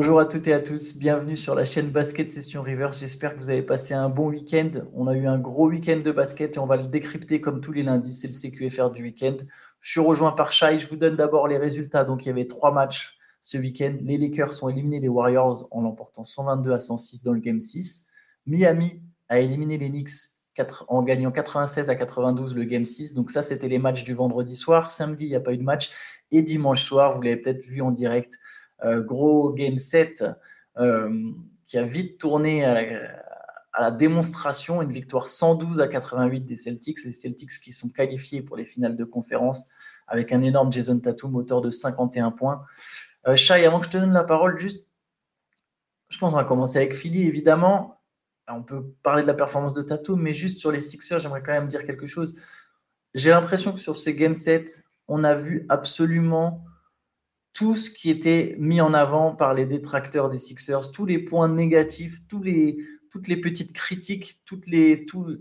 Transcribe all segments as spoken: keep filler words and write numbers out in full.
Bonjour à toutes et à tous, bienvenue sur la chaîne Basket Session Rivers. J'espère que vous avez passé un bon week-end. On a eu un gros week-end de basket et on va le décrypter comme tous les lundis. C'est le C Q F R du week-end. Je suis rejoint par Shai. Je vous donne d'abord les résultats. Donc, il y avait trois matchs ce week-end. Les Lakers ont éliminé les Warriors en l'emportant cent vingt-deux à cent six dans le Game six. Miami a éliminé les Knicks en gagnant quatre-vingt-seize à quatre-vingt-douze le Game six. Donc ça, c'était les matchs du vendredi soir. Samedi, il n'y a pas eu de match. Et dimanche soir, vous l'avez peut-être vu en direct, euh, gros Game sept euh, qui a vite tourné à la, à la démonstration. Une victoire cent douze à quatre-vingt-huit des Celtics. Les Celtics qui sont qualifiés pour les finales de conférence avec un énorme Jason Tatum, auteur de cinquante et un points. Euh, Shai, avant que je te donne la parole, juste, je pense qu'on va commencer avec Philly, évidemment. On peut parler de la performance de Tatum, mais juste sur les Sixers, j'aimerais quand même dire quelque chose. J'ai l'impression que sur ce Game sept, on a vu absolument tout ce qui était mis en avant par les détracteurs des Sixers, tous les points négatifs, tous les, toutes les petites critiques, toutes les, tous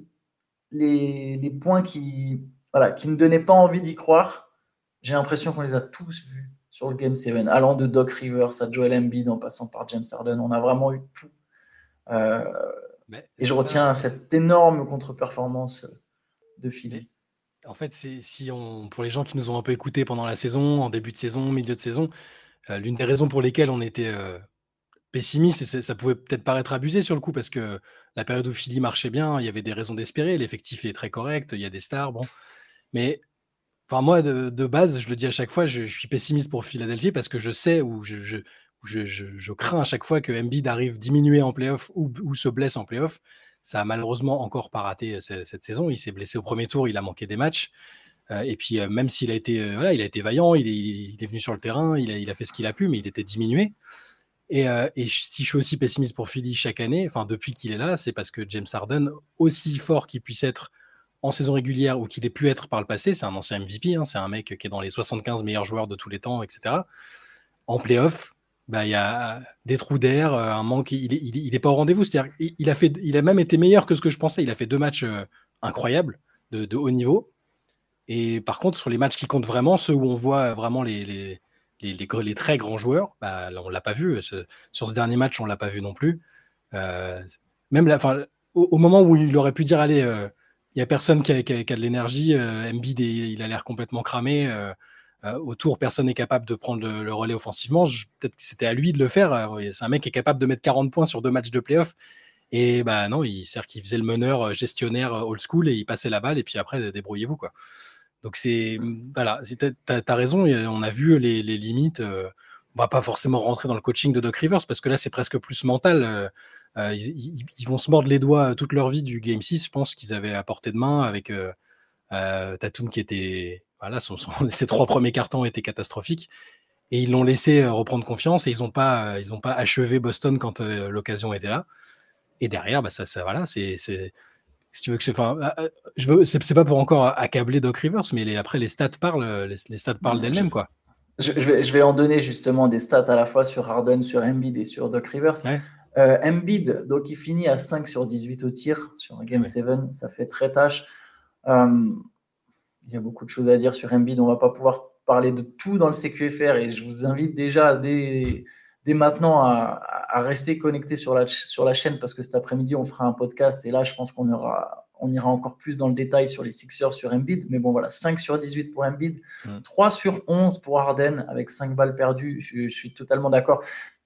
les, les points qui, voilà, qui ne donnaient pas envie d'y croire. J'ai l'impression qu'on les a tous vus sur le Game sept, allant de Doc Rivers à Joel Embiid en passant par James Harden. On a vraiment eu tout. Euh, Mais et je c'est ça, retiens en fait. cette énorme contre-performance de Philly. En fait, c'est si on, pour les gens qui nous ont un peu écoutés pendant la saison, en début de saison, milieu de saison, euh, l'une des raisons pour lesquelles on était euh, pessimiste, et c'est- ça pouvait peut-être paraître abusé sur le coup, parce que la période où Philly marchait bien, il y avait des raisons d'espérer, l'effectif est très correct, il y a des stars, bon. Mais enfin, moi, de, de base, je le dis à chaque fois, je, je suis pessimiste pour Philadelphie parce que je sais ou je, je, ou je, je- je crains à chaque fois que Embiid arrive diminué en playoff ou, ou se blesse en playoff. Ça a malheureusement encore pas raté euh, cette, cette saison. Il s'est blessé au premier tour, il a manqué des matchs. Euh, et puis, euh, même s'il a été, euh, voilà, il a été vaillant, il est, il est venu sur le terrain, il a, il a fait ce qu'il a pu, mais il était diminué. Et, euh, et si je suis aussi pessimiste pour Philly chaque année, enfin depuis qu'il est là, c'est parce que James Harden, aussi fort qu'il puisse être en saison régulière ou qu'il ait pu être par le passé, c'est un ancien M V P, hein, c'est un mec qui est dans les soixante-quinze meilleurs joueurs de tous les temps, et cetera. En playoff, bah, il y a des trous d'air, euh, un manque, il n'est il, il est pas au rendez-vous. C'est-à-dire, il, il a fait, il a même été meilleur que ce que je pensais. Il a fait deux matchs euh, incroyables de, de haut niveau. Et par contre, sur les matchs qui comptent vraiment, ceux où on voit vraiment les, les, les, les, les très grands joueurs, bah, là, on ne l'a pas vu. Ce, sur ce dernier match, on ne l'a pas vu non plus. Euh, même la, au, au moment où il aurait pu dire, allez, il euh, n'y a personne qui a, qui a, qui a de l'énergie, euh, Embiid, il a l'air complètement cramé. Euh, euh, autour, personne n'est capable de prendre le, le relais offensivement. Je, peut-être que c'était à lui de le faire. Euh, c'est un mec qui est capable de mettre quarante points sur deux matchs de playoff. Et bah non, il, c'est-à-dire qu'il faisait le meneur gestionnaire old school et il passait la balle et puis après, débrouillez-vous, quoi. Donc c'est voilà, t'as, t'as raison, on a vu les, les limites. Euh, on va pas forcément rentrer dans le coaching de Doc Rivers parce que là c'est presque plus mental. Euh, euh, ils, ils, vont se mordre les doigts toute leur vie du Game six. Je pense qu'ils avaient à portée de main avec euh, euh, Tatum qui était voilà, son, son, ses trois premiers cartons étaient catastrophiques et ils l'ont laissé reprendre confiance et ils n'ont pas ils ont pas achevé Boston quand euh, l'occasion était là. Et derrière, bah ça, ça voilà, c'est, c'est si tu veux que c'est, enfin, je veux, c'est, c'est pas pour encore accabler Doc Rivers, mais les, après les stats parlent, les, les stats parlent Je, d'elles-mêmes, quoi. je, je, vais, je vais en donner justement des stats à la fois sur Harden, sur Embiid et sur Doc Rivers. Ouais. Euh, Embiid, donc il finit à cinq sur dix-huit au tir sur un Game Ouais. sept, ça fait très tâche. Euh, il y a beaucoup de choses à dire sur Embiid, on ne va pas pouvoir parler de tout dans le C Q F R et je vous invite déjà dès, dès maintenant à, à rester connecté sur la, sur la chaîne parce que cet après-midi on fera un podcast et là je pense qu'on aura, on ira encore plus dans le détail sur les Sixers, sur Embiid. Mais bon voilà, cinq sur dix-huit pour Embiid, Mm. trois sur onze pour Harden avec cinq balles perdues, je, je suis totalement d'accord.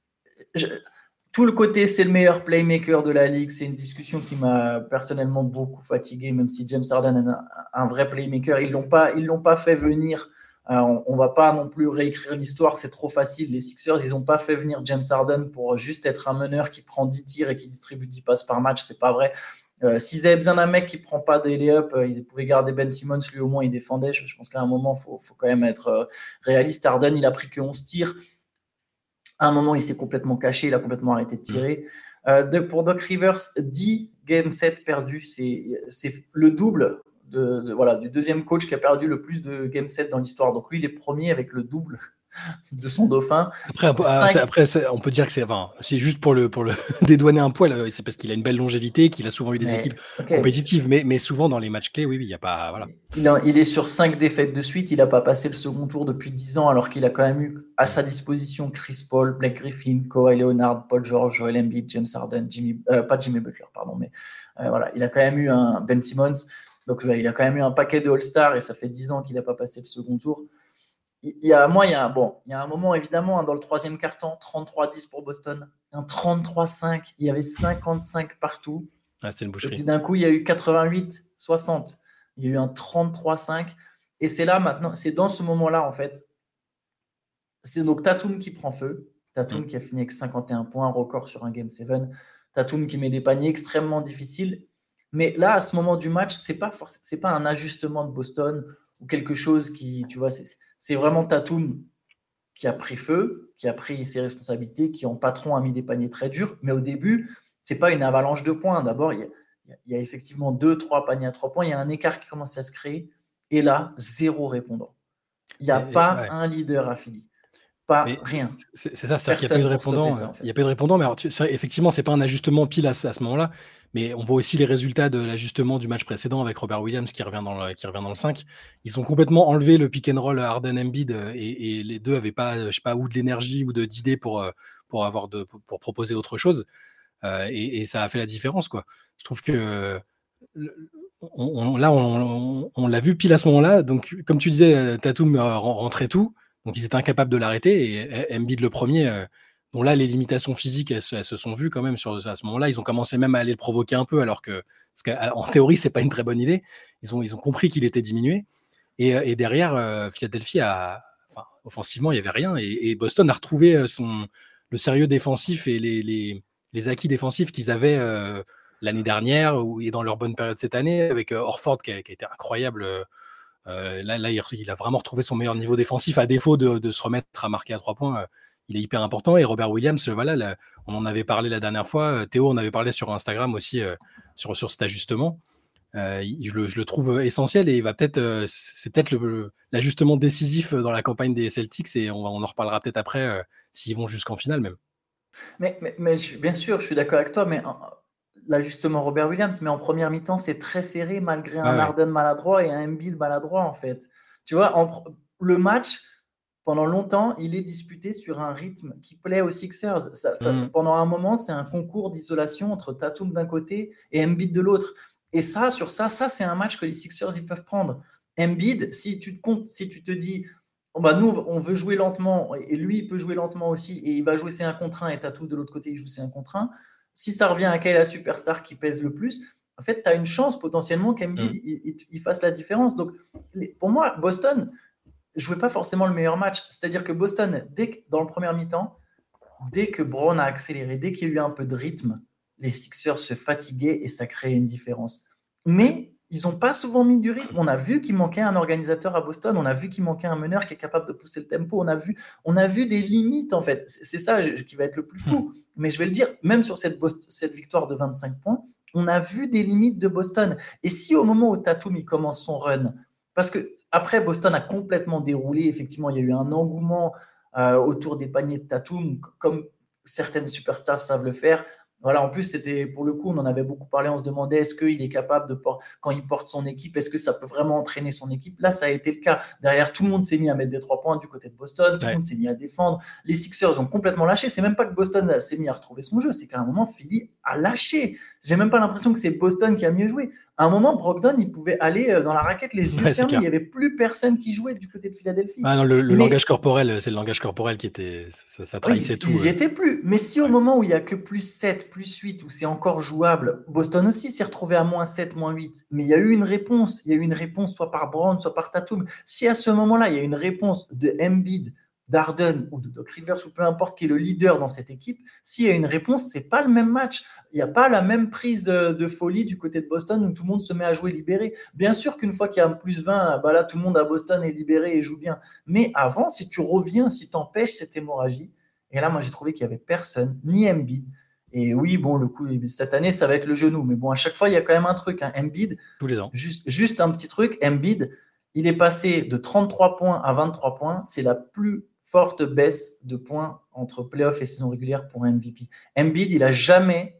Je, tout le côté, c'est le meilleur playmaker de la ligue. C'est une discussion qui m'a personnellement beaucoup fatigué, même si James Harden est un, un vrai playmaker. Ils l'ont pas, ils l'ont pas fait venir. Euh, on, ne va pas non plus réécrire l'histoire, c'est trop facile. Les Sixers, ils n'ont pas fait venir James Harden pour juste être un meneur qui prend dix tirs et qui distribue dix passes par match. C'est pas vrai. Euh, s'ils avaient besoin d'un mec qui prend pas des lay-up, euh, ils pouvaient garder Ben Simmons. Lui au moins, il défendait. Je, je pense qu'à un moment, faut, faut quand même être euh, réaliste. Harden, il a pris que onze tirs. À un moment, il s'est complètement caché, il a complètement arrêté de tirer. Mm. Euh, pour Doc Rivers, dix game sept perdus, c'est, c'est le double de, de, voilà, du deuxième coach qui a perdu le plus de game sept dans l'histoire. Donc lui, il est premier avec le double de son dauphin. Après, un peu- ah, c'est- cinq après c'est- on peut dire que c'est, enfin, c'est juste pour le, pour le dédouaner un poil. euh, C'est parce qu'il a une belle longévité, qu'il a souvent eu des équipes mais ok, compétitives, mais, mais souvent dans les matchs clés, oui, oui, il y a pas, voilà. il, a- il est sur cinq défaites de suite. Il n'a pas passé le second tour depuis dix ans, alors qu'il a quand même eu à Mm. sa disposition Chris Paul, Blake Griffin, Kawhi Leonard, Paul George, Joel Embiid, James Harden, Jimmy, euh, pas Jimmy Butler, pardon, mais euh, voilà, il a quand même eu un Ben Simmons. Donc ouais, il a quand même eu un paquet de All-Stars et ça fait dix ans qu'il n'a pas passé le second tour. Il y a, moi, il y a, un, bon, il y a un moment, évidemment, hein, dans le troisième quart-temps, trente-trois dix pour Boston, un trente-trois cinq, il y avait cinquante-cinq partout. Ah, c'était une Et puis boucherie. d'un coup, il y a eu quatre-vingt-huit soixante. Il y a eu un trente-trois cinq. Et c'est là maintenant, c'est dans ce moment-là, en fait, c'est donc Tatum qui prend feu. Mm. Tatum qui a fini avec cinquante et un points, record sur un Game sept. Tatum qui met des paniers extrêmement difficiles. Mais là, à ce moment du match, ce n'est pas, forc- pas un ajustement de Boston ou quelque chose qui, tu vois, c'est, c'est vraiment Tatum qui a pris feu, qui a pris ses responsabilités, qui en patron a mis des paniers très durs. Mais au début, c'est pas une avalanche de points. D'abord, il y, a, il y a effectivement deux, trois paniers à trois points. Il y a un écart qui commence à se créer. Et là, zéro répondant. Il n'y a Et- et- pas ouais. un leader à Philly. Pas Mais rien. c'est c'est ça, c'est-à-dire qu'il n'y a pas eu de Personne pour stopper répondant. ça, euh, en Il n'y a fait. pas eu de répondant, mais alors, tu- ça, effectivement, c'est pas un ajustement pile à, ce à ce moment-là, mais on voit aussi les résultats de l'ajustement du match précédent avec Robert Williams qui revient dans le, qui revient dans le cinq. Ils ont complètement enlevé le pick and roll Harden-Embiid euh, et, et les deux n'avaient pas, euh, je sais pas, ou de l'énergie ou de d'idées pour, euh, pour, avoir de, pour, pour proposer autre chose. Euh, et, et ça a fait la différence, quoi. Je trouve que euh, le- on- on- là, on, on- on l'a vu pile à ce moment-là. Donc, comme tu disais, euh, Tatum euh, ren- rentrait tout. Donc, ils étaient incapables de l'arrêter. Et Embiid, le premier, euh, dont là, les limitations physiques, elles, se elles se sont vues quand même sur, à ce moment-là. Ils ont commencé même à aller le provoquer un peu, alors que, parce qu'en théorie, c'est pas une très bonne idée. Ils ont, ils ont compris qu'il était diminué. Et, euh, et derrière, euh, Philadelphie a, enfin, offensivement, il y avait rien. Et, et Boston a retrouvé euh, son, le sérieux défensif et les, les, les acquis défensifs qu'ils avaient euh, l'année dernière ou, et dans leur bonne période cette année, avec euh, Horford qui a, qui a été incroyable. Euh, là, là il, il a vraiment retrouvé son meilleur niveau défensif, à défaut de, de se remettre à marquer à trois points. Euh, il est hyper important. Et Robert Williams, euh, voilà, là, on en avait parlé la dernière fois. Euh, Théo, on avait parlé sur Instagram aussi euh, sur, sur cet ajustement. Euh, il- je, le, je le trouve essentiel et il va peut-être, euh, c'est peut-être le- le- l'ajustement décisif dans la campagne des Celtics et on, va- on en reparlera peut-être après euh, s'ils vont jusqu'en finale même. Mais, mais, mais je- bien sûr, je suis d'accord avec toi, mais en- là, justement, Robert Williams, mais en première mi-temps, c'est très serré malgré Ouais, un ouais. Harden maladroit et un Embiid maladroit, en fait. Tu vois, en pr- le match, pendant longtemps, il est disputé sur un rythme qui plaît aux Sixers. Ça- ça- Mmh. pendant un moment, c'est un concours d'isolation entre Tatum d'un côté et Embiid de l'autre. Et ça, sur ça, ça c'est un match que les Sixers ils peuvent prendre. Embiid, si tu te comptes, si tu te dis, oh bah nous, on veut jouer lentement, et lui, il peut jouer lentement aussi, et il va jouer ses un contre un, et Tatum de l'autre côté, il joue ses un contre un. Si ça revient à quelle est la superstar qui pèse le plus, en fait, tu as une chance potentiellement qu'Embiid Mmh. il, il- il fasse la différence. Donc, les- pour moi, Boston, jouait pas forcément le meilleur match. C'est-à-dire que Boston, dès que, dans le premier mi-temps, dès que Brown a accéléré, dès qu'il y a eu un peu de rythme, les Sixers se fatiguaient et ça créait une différence. Mais ils n'ont pas souvent mis du rythme. On a vu qu'il manquait un organisateur à Boston, on a vu qu'il manquait un meneur qui est capable de pousser le tempo, on a vu, on a vu des limites en fait. C'est ça qui va être le plus fou. Mais je vais le dire, même sur cette, Boston, cette victoire de vingt-cinq points, on a vu des limites de Boston. Et si au moment où Tatum il commence son run, parce que après Boston a complètement déroulé, effectivement, il y a eu un engouement euh, autour des paniers de Tatum, comme certaines superstars savent le faire. Voilà, en plus, c'était pour le coup, on en avait beaucoup parlé, on se demandait est-ce qu'il est capable de, quand il porte son équipe, est-ce que ça peut vraiment entraîner son équipe? Là, ça a été le cas. Derrière, tout le monde s'est mis à mettre des trois points du côté de Boston, tout Ouais. le monde s'est mis à défendre. Les Sixers ont complètement lâché. C'est même pas que Boston s'est mis à retrouver son jeu, c'est qu'à un moment, Philly a lâché. J'ai même pas l'impression que c'est Boston qui a mieux joué. À un moment, Brogdon, il pouvait aller dans la raquette les yeux Ouais, fermés. Il n'y avait plus personne qui jouait du côté de Philadelphie. Ah non, le, le Mais langage corporel, c'est le langage corporel qui était, ça, ça oui, trahissait ils, tout. ils y euh. étaient plus. Mais si au Ouais. moment où il n'y a que plus sept, plus huit, où c'est encore jouable, Boston aussi s'est retrouvé à moins sept, moins huit. Mais il y a eu une réponse. Il y a eu une réponse soit par Brown, soit par Tatum. Si à ce moment-là, il y a une réponse de Embiid, d'Harden ou de Doc Rivers, ou peu importe qui est le leader dans cette équipe, s'il y a une réponse, c'est pas le même match. Il n'y a pas la même prise de folie du côté de Boston où tout le monde se met à jouer libéré. Bien sûr qu'une fois qu'il y a un plus vingt, bah là, tout le monde à Boston est libéré et joue bien. Mais avant, si tu reviens, si tu empêches cette hémorragie, et là, moi, j'ai trouvé qu'il n'y avait personne, ni Embiid. Et oui, bon, le coup, cette année, ça va être le genou. Mais bon, à chaque fois, il y a quand même un truc. Hein. Embiid, Tous les ans. juste, juste un petit truc. Embiid, il est passé de trente-trois points à vingt-trois points. C'est la plus forte baisse de points entre playoff et saison régulière pour un M V P. Embiid, il n'a jamais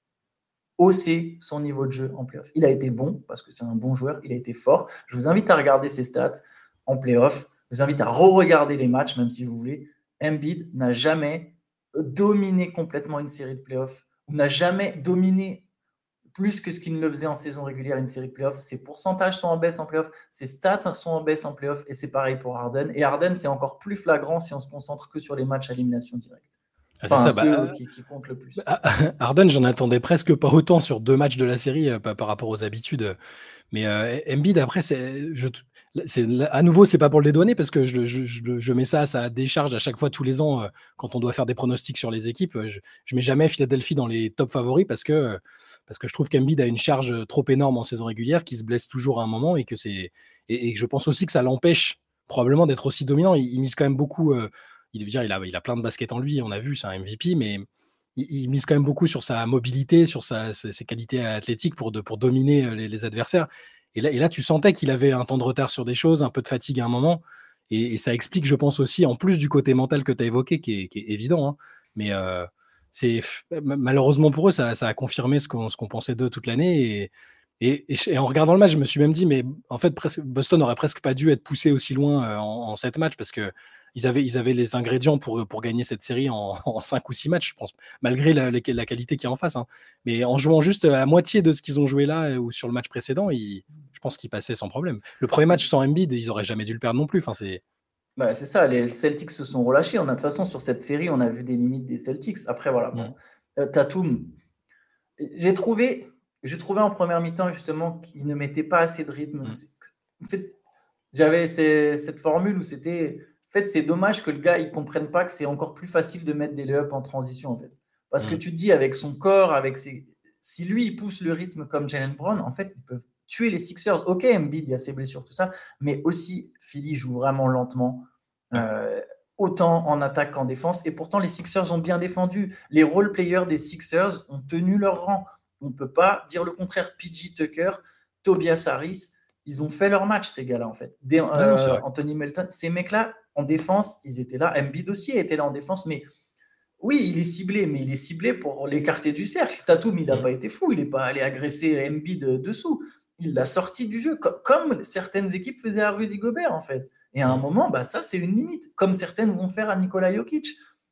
haussé son niveau de jeu en playoff. Il a été bon, parce que c'est un bon joueur, il a été fort. Je vous invite à regarder ses stats en playoff. Je vous invite à re-regarder les matchs, même si vous voulez. Embiid n'a jamais dominé complètement une série de playoffs, ou n'a jamais dominé plus que ce qu'il ne le faisait en saison régulière une série de playoffs. Ses pourcentages sont en baisse en playoffs, ses stats sont en baisse en playoffs, et c'est pareil pour Harden. Et Harden, c'est encore plus flagrant si on se concentre que sur les matchs à élimination directe. Ah, enfin, c'est ça, ceux bah, qui, qui comptent le plus. bah, Harden, j'en attendais presque pas autant sur deux matchs de la série euh, par, par rapport aux habitudes. Mais euh, Embiid, après, c'est, je, c'est, à nouveau, c'est pas pour le dédouaner parce que je, je, je, je mets ça à sa décharge à chaque fois, tous les ans, euh, quand on doit faire des pronostics sur les équipes. Je, je mets jamais Philadelphie dans les top favoris parce que, parce que je trouve qu'Embiid a une charge trop énorme en saison régulière, qu'il se blesse toujours à un moment et que c'est, et, et je pense aussi que ça l'empêche probablement d'être aussi dominant. Il, il mise quand même beaucoup. Euh, il veut dire, il a, il a plein de baskets en lui, on a vu, c'est un M V P, mais il, il mise quand même beaucoup sur sa mobilité, sur sa, ses, ses qualités athlétiques pour, de, pour dominer les, les adversaires. Et là, et là, tu sentais qu'il avait un temps de retard sur des choses, un peu de fatigue à un moment. Et, et ça explique, je pense aussi, en plus du côté mental que tu as évoqué, qui est, qui est évident. Hein, mais euh, c'est malheureusement pour eux, ça, ça a confirmé ce qu'on, ce qu'on pensait d'eux toute l'année. Et, et, et, et en regardant le match, je me suis même dit, mais en fait, presque, Boston n'aurait presque pas dû être poussé aussi loin euh, en, en sept matchs parce que ils avaient, ils avaient les ingrédients pour, pour gagner cette série en, en cinq ou six matchs, je pense, malgré la, la, la qualité qu'il y a en face. Hein. Mais en jouant juste à moitié de ce qu'ils ont joué là ou sur le match précédent, ils, je pense qu'ils passaient sans problème. Le premier match sans Embiid, ils n'auraient jamais dû le perdre non plus. Enfin, c'est... Bah, c'est ça, les Celtics se sont relâchés. On a, de toute façon, sur cette série, on a vu des limites des Celtics. Après, voilà. Bon. Mm. Euh, Tatum, j'ai trouvé, j'ai trouvé en première mi-temps, justement, qu'il ne mettait pas assez de rythme. Mm. En fait, j'avais ces, cette formule où c'était. En fait, c'est dommage que le gars, il ne comprenne pas que c'est encore plus facile de mettre des lay-ups en transition, en fait. Parce mm. que tu te dis, avec son corps, avec ses... si lui, il pousse le rythme comme Jaylen Brown, en fait, ils peuvent tuer les Sixers. Ok, Embiid, il y a ses blessures, tout ça, mais aussi, Philly joue vraiment lentement, euh, autant en attaque qu'en défense, et pourtant, les Sixers ont bien défendu. Les role-players des Sixers ont tenu leur rang. On ne peut pas dire le contraire. P J Tucker, Tobias Harris, ils ont fait leur match, ces gars-là, en fait. Des, euh, ah non, Anthony Melton, ces mecs-là, en défense, ils étaient là. Embiid aussi était là en défense, mais oui, il est ciblé, mais il est ciblé pour l'écarter du cercle. Tatum, il n'a mmh. pas été fou, il n'est pas allé agresser Embiid dessous. Il l'a sorti du jeu, comme certaines équipes faisaient à Rudy Gobert, en fait. Et à un mmh. moment, bah, ça, c'est une limite, comme certaines vont faire à Nikola Jokic.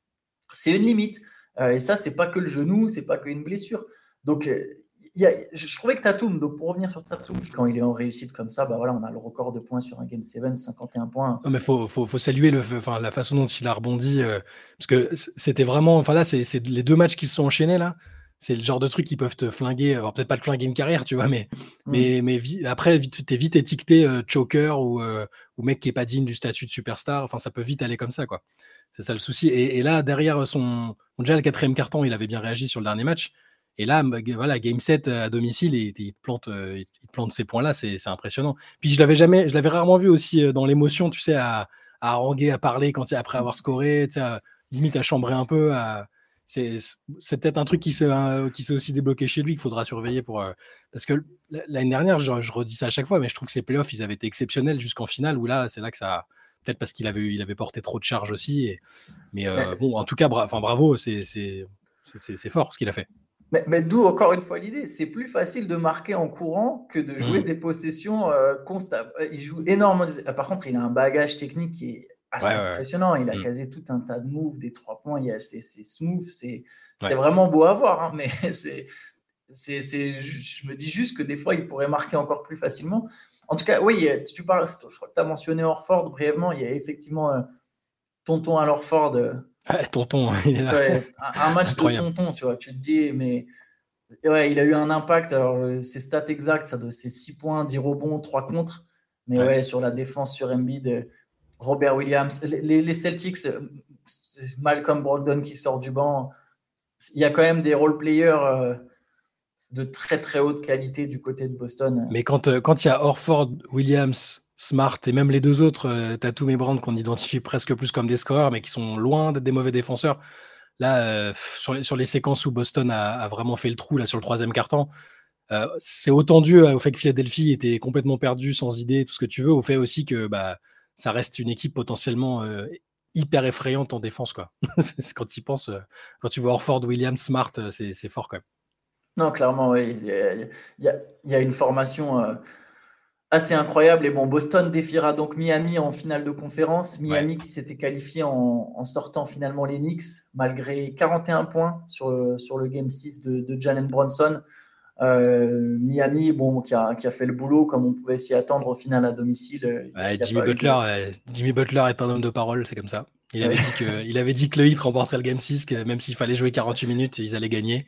C'est une limite. Euh, et ça, c'est pas que le genou, c'est pas qu'une blessure. Donc, euh, y a, je, je trouvais que Tatum, donc pour revenir sur Tatum, quand il est en réussite comme ça, bah voilà, on a le record de points sur un Game sept, cinquante et un points. Non, mais faut, faut, faut saluer le, enfin, la façon dont il a rebondi, euh, parce que c'était vraiment, enfin là, c'est, c'est les deux matchs qui se sont enchaînés là. C'est le genre de trucs qui peuvent te flinguer, alors peut-être pas te flinguer une carrière, tu vois, mais, mm. mais, mais vi- après, t'es vite étiqueté euh, choker ou, euh, ou mec qui est pas digne du statut de superstar. Enfin, ça peut vite aller comme ça, quoi. C'est ça le souci. Et, et là, derrière son, déjà le quatrième carton, il avait bien réagi sur le dernier match. Et là, voilà, game sept à domicile, et il te plante, il te plante ces points-là, c'est, c'est impressionnant. Puis je l'avais jamais, je l'avais rarement vu aussi dans l'émotion, tu sais, à, à haranguer, à parler quand après avoir scoré, tu sais, à, limite à chambrer un peu. À, c'est, c'est peut-être un truc qui s'est, qui s'est aussi débloqué chez lui qu'il faudra surveiller pour, parce que l'année dernière, je, je redis ça à chaque fois, mais je trouve que ces playoffs, ils avaient été exceptionnels jusqu'en finale, où là, c'est là que ça, peut-être parce qu'il avait, il avait porté trop de charges aussi. Et, mais euh, bon, en tout cas, bra, enfin, bravo, c'est, c'est, c'est, c'est fort ce qu'il a fait. Mais, mais d'où encore une fois l'idée, c'est plus facile de marquer en courant que de jouer mmh. des possessions euh, constables. Il joue énormément. Par contre, il a un bagage technique qui est assez ouais, impressionnant. Ouais. Il a mmh. casé tout un tas de moves, des trois points. Il a, c'est, c'est smooth, c'est, ouais. c'est vraiment beau à voir. Hein, mais c'est, c'est, c'est, je me dis juste que des fois, il pourrait marquer encore plus facilement. En tout cas, oui, tu parles, je crois que tu as mentionné Horford brièvement. Il y a effectivement euh, Tonton à Horford. Euh, Ah, tonton, il est là. Ouais, un match Incroyable. de tonton, tu vois. Tu te dis, mais ouais, il a eu un impact. Alors, ses stats exacts, ça doit, c'est six points, dix rebonds, trois contre. Mais ouais, ouais sur la défense, sur Embiid, Robert Williams, les, les Celtics, Malcolm Brogdon qui sort du banc. Il y a quand même des role-players de très très haute qualité du côté de Boston. Mais quand il quand y a Horford, Williams, Smart et même les deux autres, euh, Tatum et Brown, qu'on identifie presque plus comme des scoreurs, mais qui sont loin d'être des mauvais défenseurs. Là, euh, sur, les, sur les séquences où Boston a, a vraiment fait le trou là sur le troisième quart-temps, euh, c'est autant dû au fait que Philadelphie était complètement perdu, sans idée, tout ce que tu veux, au fait aussi que bah, ça reste une équipe potentiellement euh, hyper effrayante en défense, quoi. Quand tu y penses, euh, quand tu vois Horford, Williams, Smart, euh, c'est, c'est fort, quand même. Non, clairement, oui. Il y a, il y a- il y a une formation euh, assez incroyable. Et bon, Boston défiera donc Miami en finale de conférence. Ouais. Miami qui s'était qualifié en, en sortant finalement les Knicks, malgré quarante et un points sur, le- sur le Game six de, de Jalen Brunson. Euh, Miami, bon, qui a, qui a fait le boulot comme on pouvait s'y attendre au final à domicile. Il Ouais, n'y a, a Jimmy pas eu Butler, de. euh, Jimmy Butler est un homme de parole, c'est comme ça. Il avait Ouais. dit que, il avait dit que le Heat remporterait le Game six, que même s'il fallait jouer quarante-huit minutes, ils allaient gagner.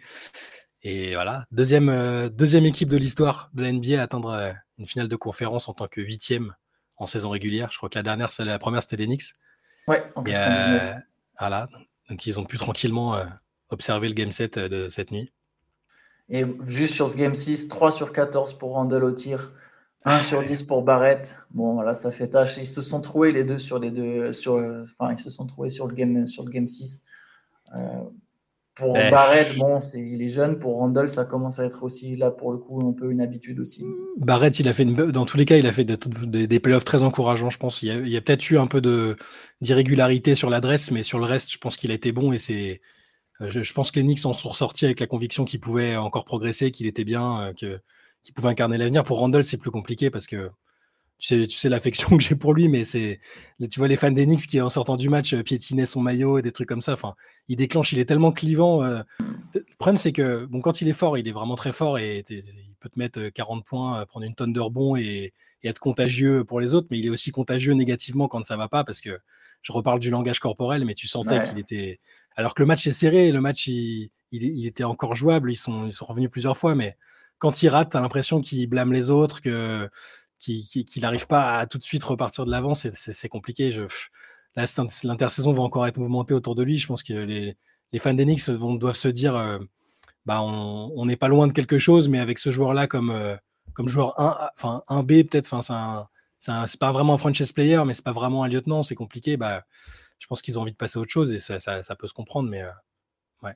Et voilà. Deuxième, euh, deuxième équipe de l'histoire de la N B A à atteindre euh, une finale de conférence en tant que huitième en saison régulière. Je crois que la dernière, c'est la première, c'était les Knicks. Ouais, en Et euh, quatre-vingt-dix-neuf. voilà. Donc ils ont pu tranquillement euh, observer le Game sept euh, de cette nuit. Et juste sur ce Game six, trois sur quatorze pour Randle au tir, un Ah, sur ouais. dix pour Barrett. Bon, voilà, ça fait tâche. Ils se sont trouvés les deux sur les deux. Sur, enfin, ils se sont trouvés sur le Game, sur le game six. Euh, pour Eh, Barrett, bon, c'est, il est jeune. Pour Randle, ça commence à être aussi, là, pour le coup, un peu une habitude aussi. Barrett, il a fait une, dans tous les cas, il a fait de- de- des playoffs très encourageants, je pense. Il y a, il y a peut-être eu un peu de d'irrégularité sur l'adresse, mais sur le reste, je pense qu'il a été bon et c'est. euh, Je, je pense que les Knicks en sont ressortis avec la conviction qu'il pouvait encore progresser, qu'il était bien, euh, que, qu'il pouvait incarner l'avenir. Pour Randle, c'est plus compliqué parce que tu sais, tu sais l'affection que j'ai pour lui, mais c'est, tu vois les fans des Knicks qui en sortant du match euh, piétinaient son maillot et des trucs comme ça. Enfin, il déclenche, il est tellement clivant. euh, Le problème, c'est que bon, quand il est fort, il est vraiment très fort et t'es- il peut te mettre euh, quarante points, euh, prendre une tonne de rebonds et, et être contagieux pour les autres, mais il est aussi contagieux négativement quand ça va pas parce que je reparle du langage corporel, mais tu sentais Ouais. qu'il était. Alors que le match est serré, le match il, il, il était encore jouable, ils sont, ils sont revenus plusieurs fois, mais quand il rate, t'as l'impression qu'il blâme les autres, que qu'il n'arrive pas à tout de suite repartir de l'avant, c'est, c'est, c'est compliqué. Je, là, l'intersaison va encore être mouvementée autour de lui. Je pense que les, les fans d'Enix vont, doivent se dire euh, bah, on n'est pas loin de quelque chose, mais avec ce joueur-là comme, euh, comme joueur un, enfin, un B, peut-être, enfin, c'est, un, c'est, un, c'est pas vraiment un franchise player, mais c'est pas vraiment un lieutenant, c'est compliqué. Bah, je pense qu'ils ont envie de passer à autre chose et ça, ça, ça peut se comprendre, mais euh, ouais.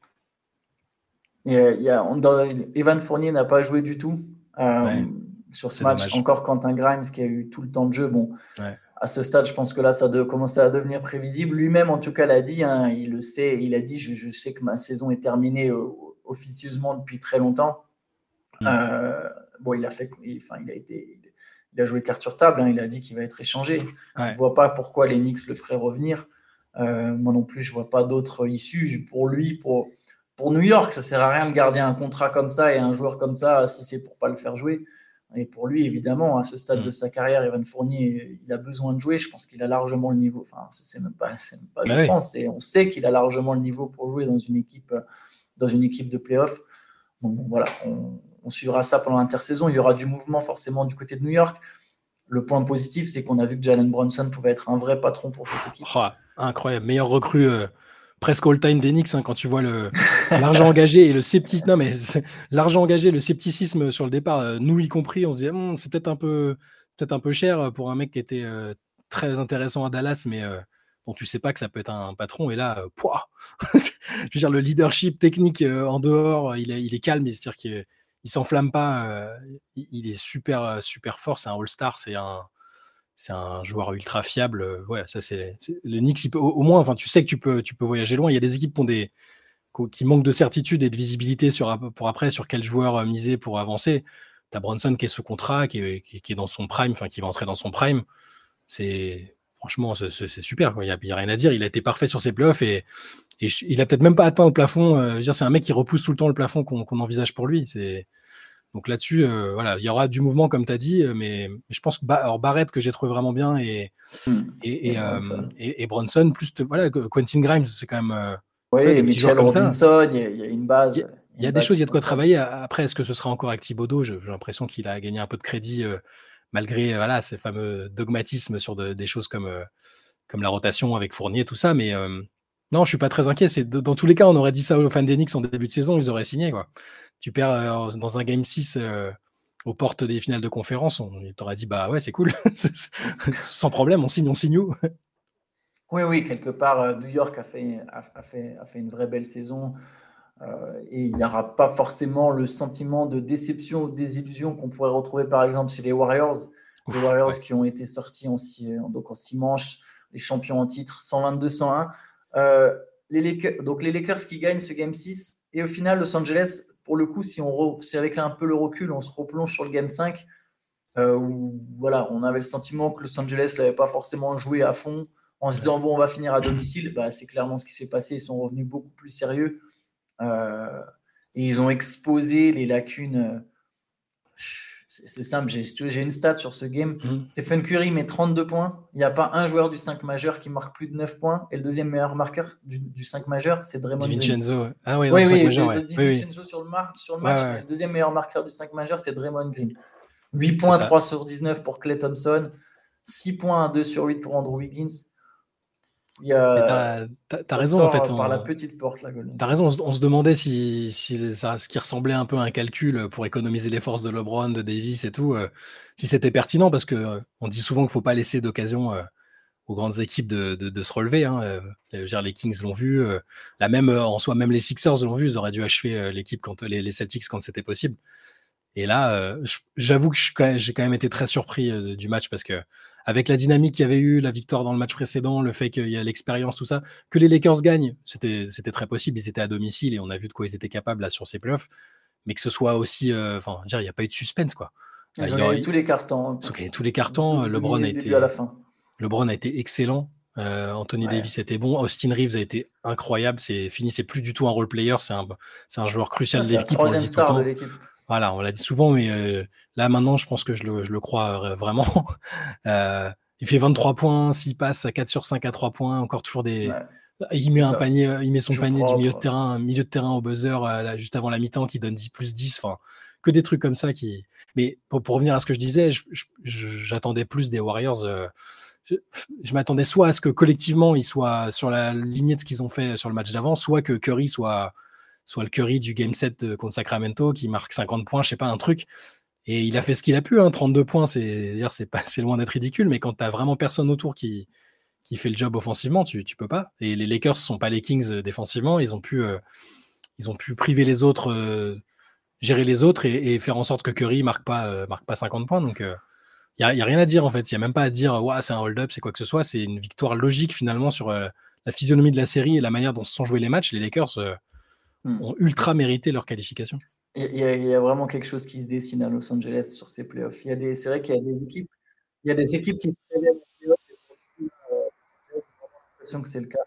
Et, euh, il y a, on- dans- Evan Fournier n'a pas joué du tout euh, Ouais, sur ce c'est match. dommage. Encore Quentin Grimes qui a eu tout le temps de jeu. Bon, Ouais. à ce stade, je pense que là, ça doit commencer à devenir prévisible. Lui-même, en tout cas, l'a dit. Hein, il le sait. Il a dit je, je sais que ma saison est terminée euh, officieusement depuis très longtemps. Mm. Euh, bon, il a fait, il, enfin, il a été, il a joué carte sur table. Hein, il a dit qu'il va être échangé. Il Ouais. voit pas pourquoi les Knicks le feraient revenir. Euh, moi non plus, je vois pas d'autres issues pour lui. Pour pour New York, ça sert à rien de garder un contrat comme ça et un joueur comme ça si c'est pour pas le faire jouer. Et pour lui, évidemment, à ce stade de Mm. sa carrière, Evan Fournier, il a besoin de jouer. Je pense qu'il a largement le niveau. Enfin, c'est même pas, c'est même pas, Bah je oui. pense. Et on sait qu'il a largement le niveau pour jouer dans une équipe, dans une équipe de playoff. Donc bon, voilà, on, on suivra ça pendant l'intersaison. Il y aura du mouvement forcément du côté de New York. Le point positif, c'est qu'on a vu que Jalen Brunson pouvait être un vrai patron pour cette équipe. Oh, incroyable, meilleure recrue euh, presque all-time d'Enix hein, quand tu vois le l'argent engagé et le scepticisme. Non mais l'argent engagé, le scepticisme sur le départ, euh, nous y compris, on se disait Hum, c'est peut-être un peu peut-être un peu cher pour un mec qui était euh, très intéressant à Dallas, mais euh, dont tu sais pas que ça peut être un patron. Et là, euh, pouah je veux dire le leadership technique euh, en dehors, il est, il est calme, c'est-à-dire qu'il il s'enflamme pas, euh, il, il est super super fort, c'est un all-star, c'est un c'est un joueur ultra fiable. euh, Ouais, ça c'est, c'est le Knicks. Il peut, au, au moins, enfin, tu sais que tu peux, tu peux voyager loin. Il y a des équipes qui ont des, qui manquent de certitude et de visibilité sur pour après sur quel joueur euh, miser pour avancer. T'as Bronson qui est sous contrat, qui est, qui, qui est dans son prime, enfin qui va entrer dans son prime. C'est franchement, c'est, c'est c'est super. Il y a, il y a rien à dire. Il a été parfait sur ses playoffs et, et je- il a peut-être même pas atteint le plafond. euh, je veux dire, c'est un mec qui repousse tout le temps le plafond qu'on qu'on envisage pour lui. C'est donc là-dessus, euh, voilà, il y aura du mouvement comme tu as dit, euh, mais, mais je pense que bah, alors Barrett que j'ai trouvé vraiment bien et et, Et et, euh, Brunson. et, et Bronson plus te- voilà Quentin Grimes, c'est quand même euh, tu vois Oui, des petits joueurs Mitchell comme ça. Robinson, il y, a, il y a une Il y, base, a il y a il y une a des base choses, qui il y a de quoi s'installe. travailler. Après, est-ce que ce sera encore avec Thibodeau? J'ai j'ai l'impression qu'il a gagné un peu de crédit euh, malgré voilà ces fameux dogmatismes sur de- des choses comme euh, comme la rotation avec Fournier, tout ça. Mais euh, non, je suis pas très inquiet. C'est dans tous les cas, on aurait dit ça aux fans d'Enix en début de saison, ils auraient signé quoi. Tu perds euh, dans un game six euh, aux portes des finales de conférence, on t'aurait dit bah ouais c'est cool, sans problème, on signe, on signe où? Oui, oui, quelque part, euh, New York a fait, a, a fait, a fait une vraie belle saison. Euh, et il n'y aura pas forcément le sentiment de déception ou de désillusion qu'on pourrait retrouver par exemple chez les Warriors. Les Ouf, Warriors ouais. qui ont été sortis en six, donc en six manches. les champions en titre, cent vingt-deux cent un. Euh, les Lakers, donc les Lakers qui gagnent ce Game six. Et au final, Los Angeles, pour le coup, si, on re, si avec un peu le recul, on se replonge sur le Game cinq, euh, où voilà, on avait le sentiment que Los Angeles n'avait pas forcément joué à fond, en se disant, bon, on va finir à domicile. Bah, c'est clairement ce qui s'est passé. Ils sont revenus beaucoup plus sérieux. Euh, et ils ont exposé les lacunes. C'est, c'est simple, j'ai, j'ai une stat sur ce game. Mmh. Stephen Curry met trente-deux points. Il n'y a pas un joueur du cinq majeur qui marque plus de neuf points. Et le deuxième meilleur marqueur du, du cinq majeur, c'est Draymond Green. DiVincenzo, ouais. Ah ouais, oui, oui, oui, majeur, ouais. DiVincenzo oui, oui. sur le, mar- sur le Ouais, match, ouais, mais ouais. le deuxième meilleur marqueur du cinq majeur, c'est Draymond Green. huit C'est points, ça. trois sur dix-neuf pour Klay Thompson. six points, deux sur huit pour Andrew Wiggins. Il y a, Mais t'as, t'as, t'as ça raison, en sort fait. par la On, petite porte, la Golden t'as State. raison, on, se- on se demandait si, si ça, ce qui ressemblait un peu à un calcul pour économiser les forces de LeBron, de Davis et tout, euh, si c'était pertinent, parce que euh, on dit souvent qu'il faut pas laisser d'occasion euh, aux grandes équipes de, de, de se relever. Hein. Euh, je veux dire, les Kings l'ont vu, euh, la même euh, en soi, même les Sixers l'ont vu. Ils auraient dû achever euh, l'équipe quand les, les Celtics quand c'était possible. Et là, euh, j'avoue que je suis quand même, j'ai quand même été très surpris euh, du match parce que avec la dynamique qu'il y avait eu, la victoire dans le match précédent, le fait qu'il y a l'expérience, tout ça, que les Lakers gagnent, c'était, c'était très possible. Ils étaient à domicile et on a vu de quoi ils étaient capables là sur ces playoffs. Mais que ce soit aussi, enfin, euh, il n'y a pas eu de suspense quoi. Ils Euh, ont il aurait, gagné tous les cartons. ils ont gagné tous les De, cartons. de LeBron a milieu, début à la été, fin. LeBron a été excellent. Euh, Anthony Ouais. Davis était bon. Austin Reeves a été incroyable. C'est fini, c'est plus du tout un role player. C'est un, c'est un joueur crucial Ah, de c'est la l'équipe. On le troisième dit tout le star de temps. l'équipe. Voilà, on l'a dit souvent, mais euh, là maintenant, je pense que je le, je le crois vraiment. euh, il fait vingt-trois points, six passes à quatre sur cinq à trois points, encore toujours des. Ouais, Il met c'est un ça. panier, il met son Joue panier du milieu de propre. terrain, un milieu de terrain au buzzer euh, là, juste avant la mi-temps qui donne dix plus dix. Enfin, que des trucs comme ça qui. Mais pour, pour revenir à ce que je disais, je, je, j'attendais plus des Warriors. Euh, je, je m'attendais soit à ce que collectivement ils soient sur la lignée de ce qu'ils ont fait sur le match d'avant, soit que Curry soit soit le Curry du game sept contre Sacramento qui marque cinquante points, je sais pas, un truc. Et il a fait ce qu'il a pu, hein, trente-deux points, c'est dire c'est pas c'est loin d'être ridicule, mais quand t'as vraiment personne autour qui qui fait le job offensivement, tu tu peux pas. Et les Lakers sont pas les Kings euh, défensivement, ils ont pu euh, ils ont pu priver les autres, euh, gérer les autres et, et, faire en sorte que Curry marque pas euh, marque pas cinquante points. Donc il euh, y, a, y a rien à dire en fait, il y a même pas à dire ouais, c'est un hold-up, c'est quoi que ce soit, c'est une victoire logique finalement sur euh, la physionomie de la série et la manière dont se sont joués les matchs. Les Lakers euh, hmm. ont ultra mérité leur qualification. Il y, a, il y a vraiment quelque chose qui se dessine à Los Angeles sur ces playoffs. Il y a des, c'est vrai qu'il y a des équipes, il y a des équipes qui se révèlent en playoffs et pour le coup, euh, j'ai vraiment l'impression que c'est le cas.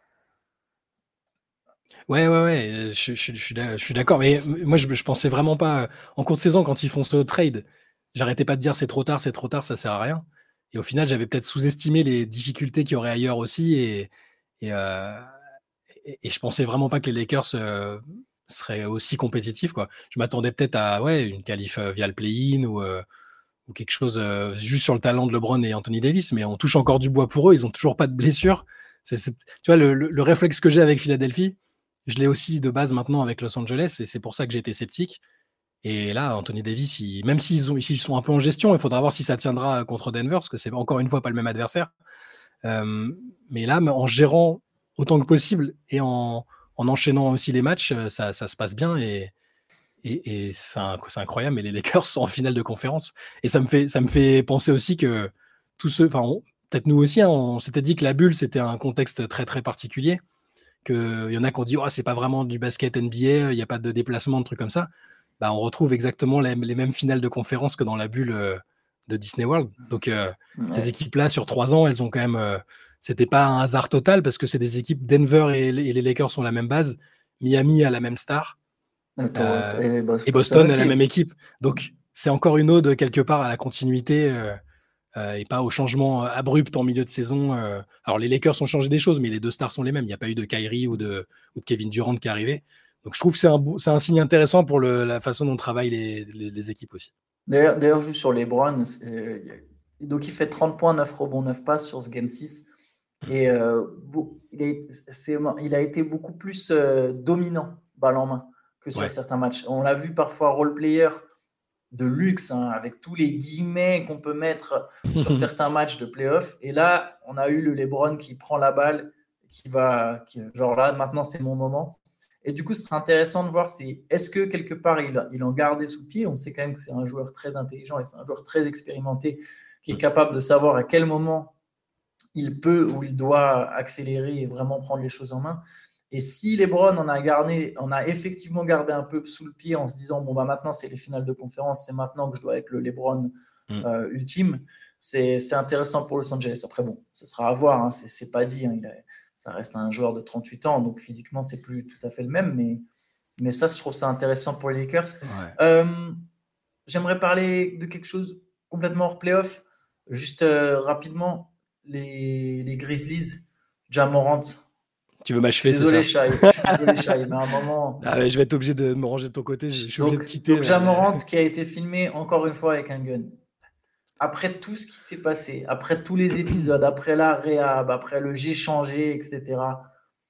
Ouais, ouais, ouais, je, je, je, je suis d'a- je suis d'accord. Mais moi, je, je pensais vraiment pas. En cours de saison, quand ils font ce trade, j'arrêtais pas de dire c'est trop tard, c'est trop tard, ça sert à rien. Et au final, j'avais peut-être sous-estimé les difficultés qu'il y aurait ailleurs aussi. Et, et, euh, et, et je pensais vraiment pas que les Lakers euh, seraient aussi compétitifs, quoi. Je m'attendais peut-être à ouais, une qualif euh, via le play-in ou, euh, ou quelque chose euh, juste sur le talent de LeBron et Anthony Davis. Mais on touche encore du bois pour eux. Ils ont toujours pas de blessure. C'est, c'est- tu vois, le, le, le réflexe que j'ai avec Philadelphie, je l'ai aussi de base maintenant avec Los Angeles, et c'est pour ça que j'ai été sceptique. Et là, Anthony Davis, il, même s'ils, ont, s'ils sont un peu en gestion, il faudra voir si ça tiendra contre Denver, parce que c'est encore une fois pas le même adversaire. Euh, mais là, en gérant autant que possible et en, en enchaînant aussi les matchs, ça, ça se passe bien et, et, et c'est, un, c'est incroyable. Mais les Lakers sont en finale de conférence. Et ça me fait, ça me fait penser aussi que tous ceux, enfin, peut-être nous aussi, hein, on s'était dit que la bulle, c'était un contexte très très particulier. Qu'il y en a qui ont dit oh, c'est pas vraiment du basket N B A, il n'y a pas de déplacement, de trucs comme ça. Bah, on retrouve exactement les, les mêmes finales de conférence que dans la bulle euh, de Disney World. Donc euh, ouais. Ces équipes-là, sur trois ans, elles ont quand même. Euh, c'était pas un hasard total parce que c'est des équipes. Denver et, et les Lakers sont la même base. Miami a la même star. Euh, et Boston, et Boston a la même équipe. Donc c'est encore une ode quelque part à la continuité. Euh, Euh, et pas au changement abrupt en milieu de saison. Euh, alors les Lakers ont changé des choses, mais les deux stars sont les mêmes. Il n'y a pas eu de Kyrie ou de, ou de Kevin Durant qui est arrivé. Donc je trouve que c'est un, c'est un signe intéressant pour le, la façon dont travaillent les, les, les équipes aussi. D'ailleurs, d'ailleurs, juste sur LeBron, donc il fait trente points, neuf rebonds, neuf passes sur ce Game six. Et euh, il, est, c'est, il a été beaucoup plus euh, dominant, balle en main, que sur ouais. certains matchs. On l'a vu parfois role player de luxe, hein, avec tous les guillemets qu'on peut mettre sur certains matchs de playoff. Et là, on a eu le LeBron qui prend la balle, qui va, qui, genre là, maintenant c'est mon moment. Et du coup, ce serait intéressant de voir si, est-ce que quelque part il, il en gardait sous pied. On sait quand même que c'est un joueur très intelligent et c'est un joueur très expérimenté qui est capable de savoir à quel moment il peut ou il doit accélérer et vraiment prendre les choses en main. Et si LeBron en a gardé, on a effectivement gardé un peu sous le pied en se disant bon bah maintenant c'est les finales de conférence, c'est maintenant que je dois être le LeBron Mm. euh, ultime, c'est, c'est intéressant pour Los Angeles. Après bon, ce sera à voir, hein, c'est, c'est pas dit, hein, il a, ça reste un joueur de trente-huit ans, donc physiquement c'est plus tout à fait le même, mais, mais ça je trouve ça intéressant pour les Lakers. Ouais. Euh, j'aimerais parler de quelque chose complètement hors playoff, juste euh, rapidement, les, les Grizzlies, Ja Morant. Tu veux Je suis m'achever, c'est désolé, ça? Shai. Je suis désolé, Shai, mais à un moment. Ah ouais, je vais être obligé de me ranger de ton côté. Je, je suis obligé de Donc, quitter. donc La, Ja la- Morant qui a été filmé encore une fois avec un gun. Après tout ce qui s'est passé, après tous les épisodes, après la réhab, après le j'ai changé, et cetera.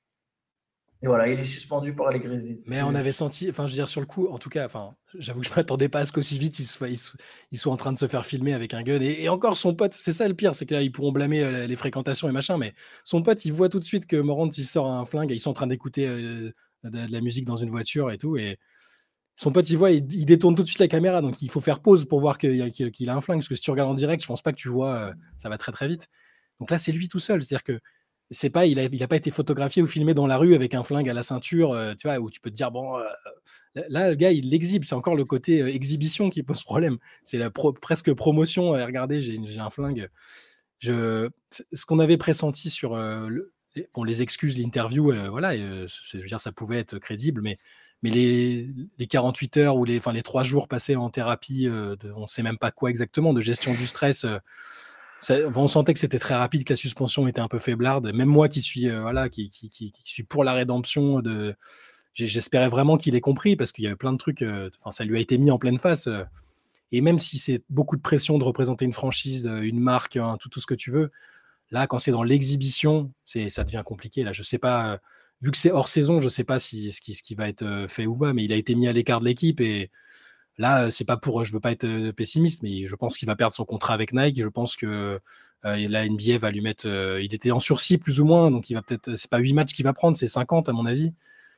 Et voilà, il est suspendu par les Grizzlies. Mais on Je- avait je- senti, enfin, je veux dire, sur le coup, en tout cas, enfin, j'avoue que je m'attendais pas à ce qu'aussi vite ils soient, ils, so- ils soient en train de se faire filmer avec un gun. Et, et encore, son pote, c'est ça le pire, c'est que là, ils pourront blâmer euh, les fréquentations et machin, mais son pote, il voit tout de suite que Morant, il sort un flingue et ils sont en train d'écouter euh, de, de la musique dans une voiture et tout. Et son pote, il voit, il, il détourne tout de suite la caméra, donc il faut faire pause pour voir qu'il y a, qu'il- qu'il a un flingue, parce que si tu regardes en direct, je pense pas que tu vois, euh, ça va très très vite. Donc là, c'est lui tout seul, c'est-à-dire que c'est pas, il a, il a pas été photographié ou filmé dans la rue avec un flingue à la ceinture, euh, tu vois, où tu peux te dire bon, euh, là, le gars, il l'exhibe. C'est encore le côté euh, exhibition qui pose problème. C'est la pro- presque promotion. Euh, regardez, j'ai, j'ai un flingue. Je, ce qu'on avait pressenti sur euh, le- les, bon, les excuses, l'interview, euh, voilà, euh, c'est- je veux dire, ça pouvait être crédible, mais, mais les, les quarante-huit heures ou les, enfin, les trois jours passés en thérapie, euh, de, on ne sait même pas quoi exactement, de gestion du stress. Euh, ça, on sentait que c'était très rapide, que la suspension était un peu faiblarde. Même moi qui suis, euh, voilà, qui, qui, qui, qui suis pour la rédemption de, j'espérais vraiment qu'il ait compris parce qu'il y avait plein de trucs. euh, Enfin, ça lui a été mis en pleine face. euh, et même si c'est beaucoup de pression de représenter une franchise, euh, une marque, hein, tout, tout ce que tu veux, là, quand c'est dans l'exhibition, c'est, ça devient compliqué. Là, je sais pas. euh, Vu que c'est hors saison, je sais pas si ce qui, ce qui va être euh, fait ou pas, mais il a été mis à l'écart de l'équipe et là, euh, c'est pas pour. Je veux pas être euh, pessimiste, mais je pense qu'il va perdre son contrat avec Nike. Et je pense que euh, la N B A va lui mettre. euh, il était en sursis plus ou moins, donc il va peut-être. C'est pas huit matchs qu'il va prendre, c'est cinquante à mon avis.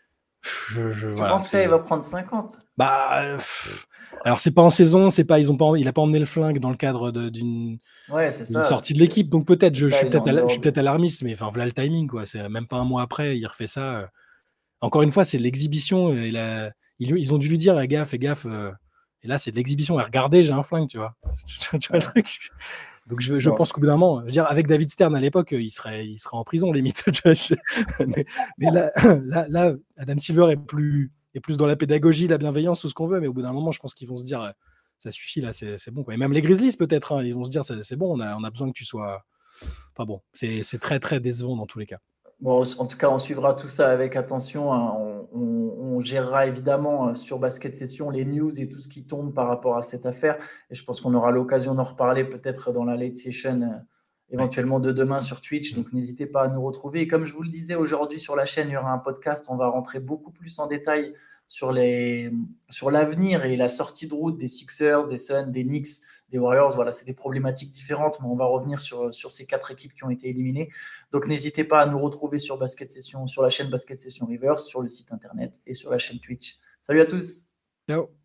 Je, je- Tu voilà, penses qu'il c'est. va prendre cinquante? Bah, euh, pff, alors c'est pas en saison, c'est pas, ils ont pas, il a pas emmené le flingue dans le cadre de- d'une Ouais, c'est d'une ça. sortie de C'est que, l'équipe, donc peut-être, c'est je, je ça, suis il est peut-être, en al- je dehors suis de. peut-être alarmiste, mais enfin voilà le timing quoi. C'est même pas un mois après, il refait ça. euh. Encore une fois, c'est de l'exhibition. euh, Il a, ils, lui- ils ont dû lui dire, eh, gaffe, fais gaffe. euh. Et là, c'est de l'exhibition. Et regardez, j'ai un flingue, tu vois. Tu vois le Ouais. truc. Donc je, je Bon. pense qu'au bout d'un moment, je veux dire, avec David Stern à l'époque, il serait, il serait en prison limite. Tu vois, je- mais mais là, là, là, Adam Silver est plus, est plus dans la pédagogie, la bienveillance, tout ce qu'on veut. Mais au bout d'un moment, je pense qu'ils vont se dire, euh, ça suffit là, c'est c'est bon quoi. Et même les Grizzlies peut-être, hein, ils vont se dire, c'est c'est bon, on a, on a besoin que tu sois. Enfin bon, c'est c'est très très décevant dans tous les cas. Bon, en tout cas, on suivra tout ça avec attention, hein. On, on- on gérera évidemment euh, sur Basket Session les news et tout ce qui tombe par rapport à cette affaire. Et je pense qu'on aura l'occasion d'en reparler peut-être dans la late session, euh, Ouais. éventuellement de demain sur Twitch. Mm. Donc n'hésitez pas à nous retrouver. Et comme je vous le disais, aujourd'hui sur la chaîne, il y aura un podcast. On va rentrer beaucoup plus en détail sur les, sur l'avenir et la sortie de route des Sixers, des Suns, des Knicks, des Warriors. Voilà, c'est des problématiques différentes, mais on va revenir sur, sur ces quatre équipes qui ont été éliminées. Donc n'hésitez pas à nous retrouver sur Basket Session, sur la chaîne Basket Session Reverse, sur le site internet et sur la chaîne Twitch. Salut à tous! Ciao.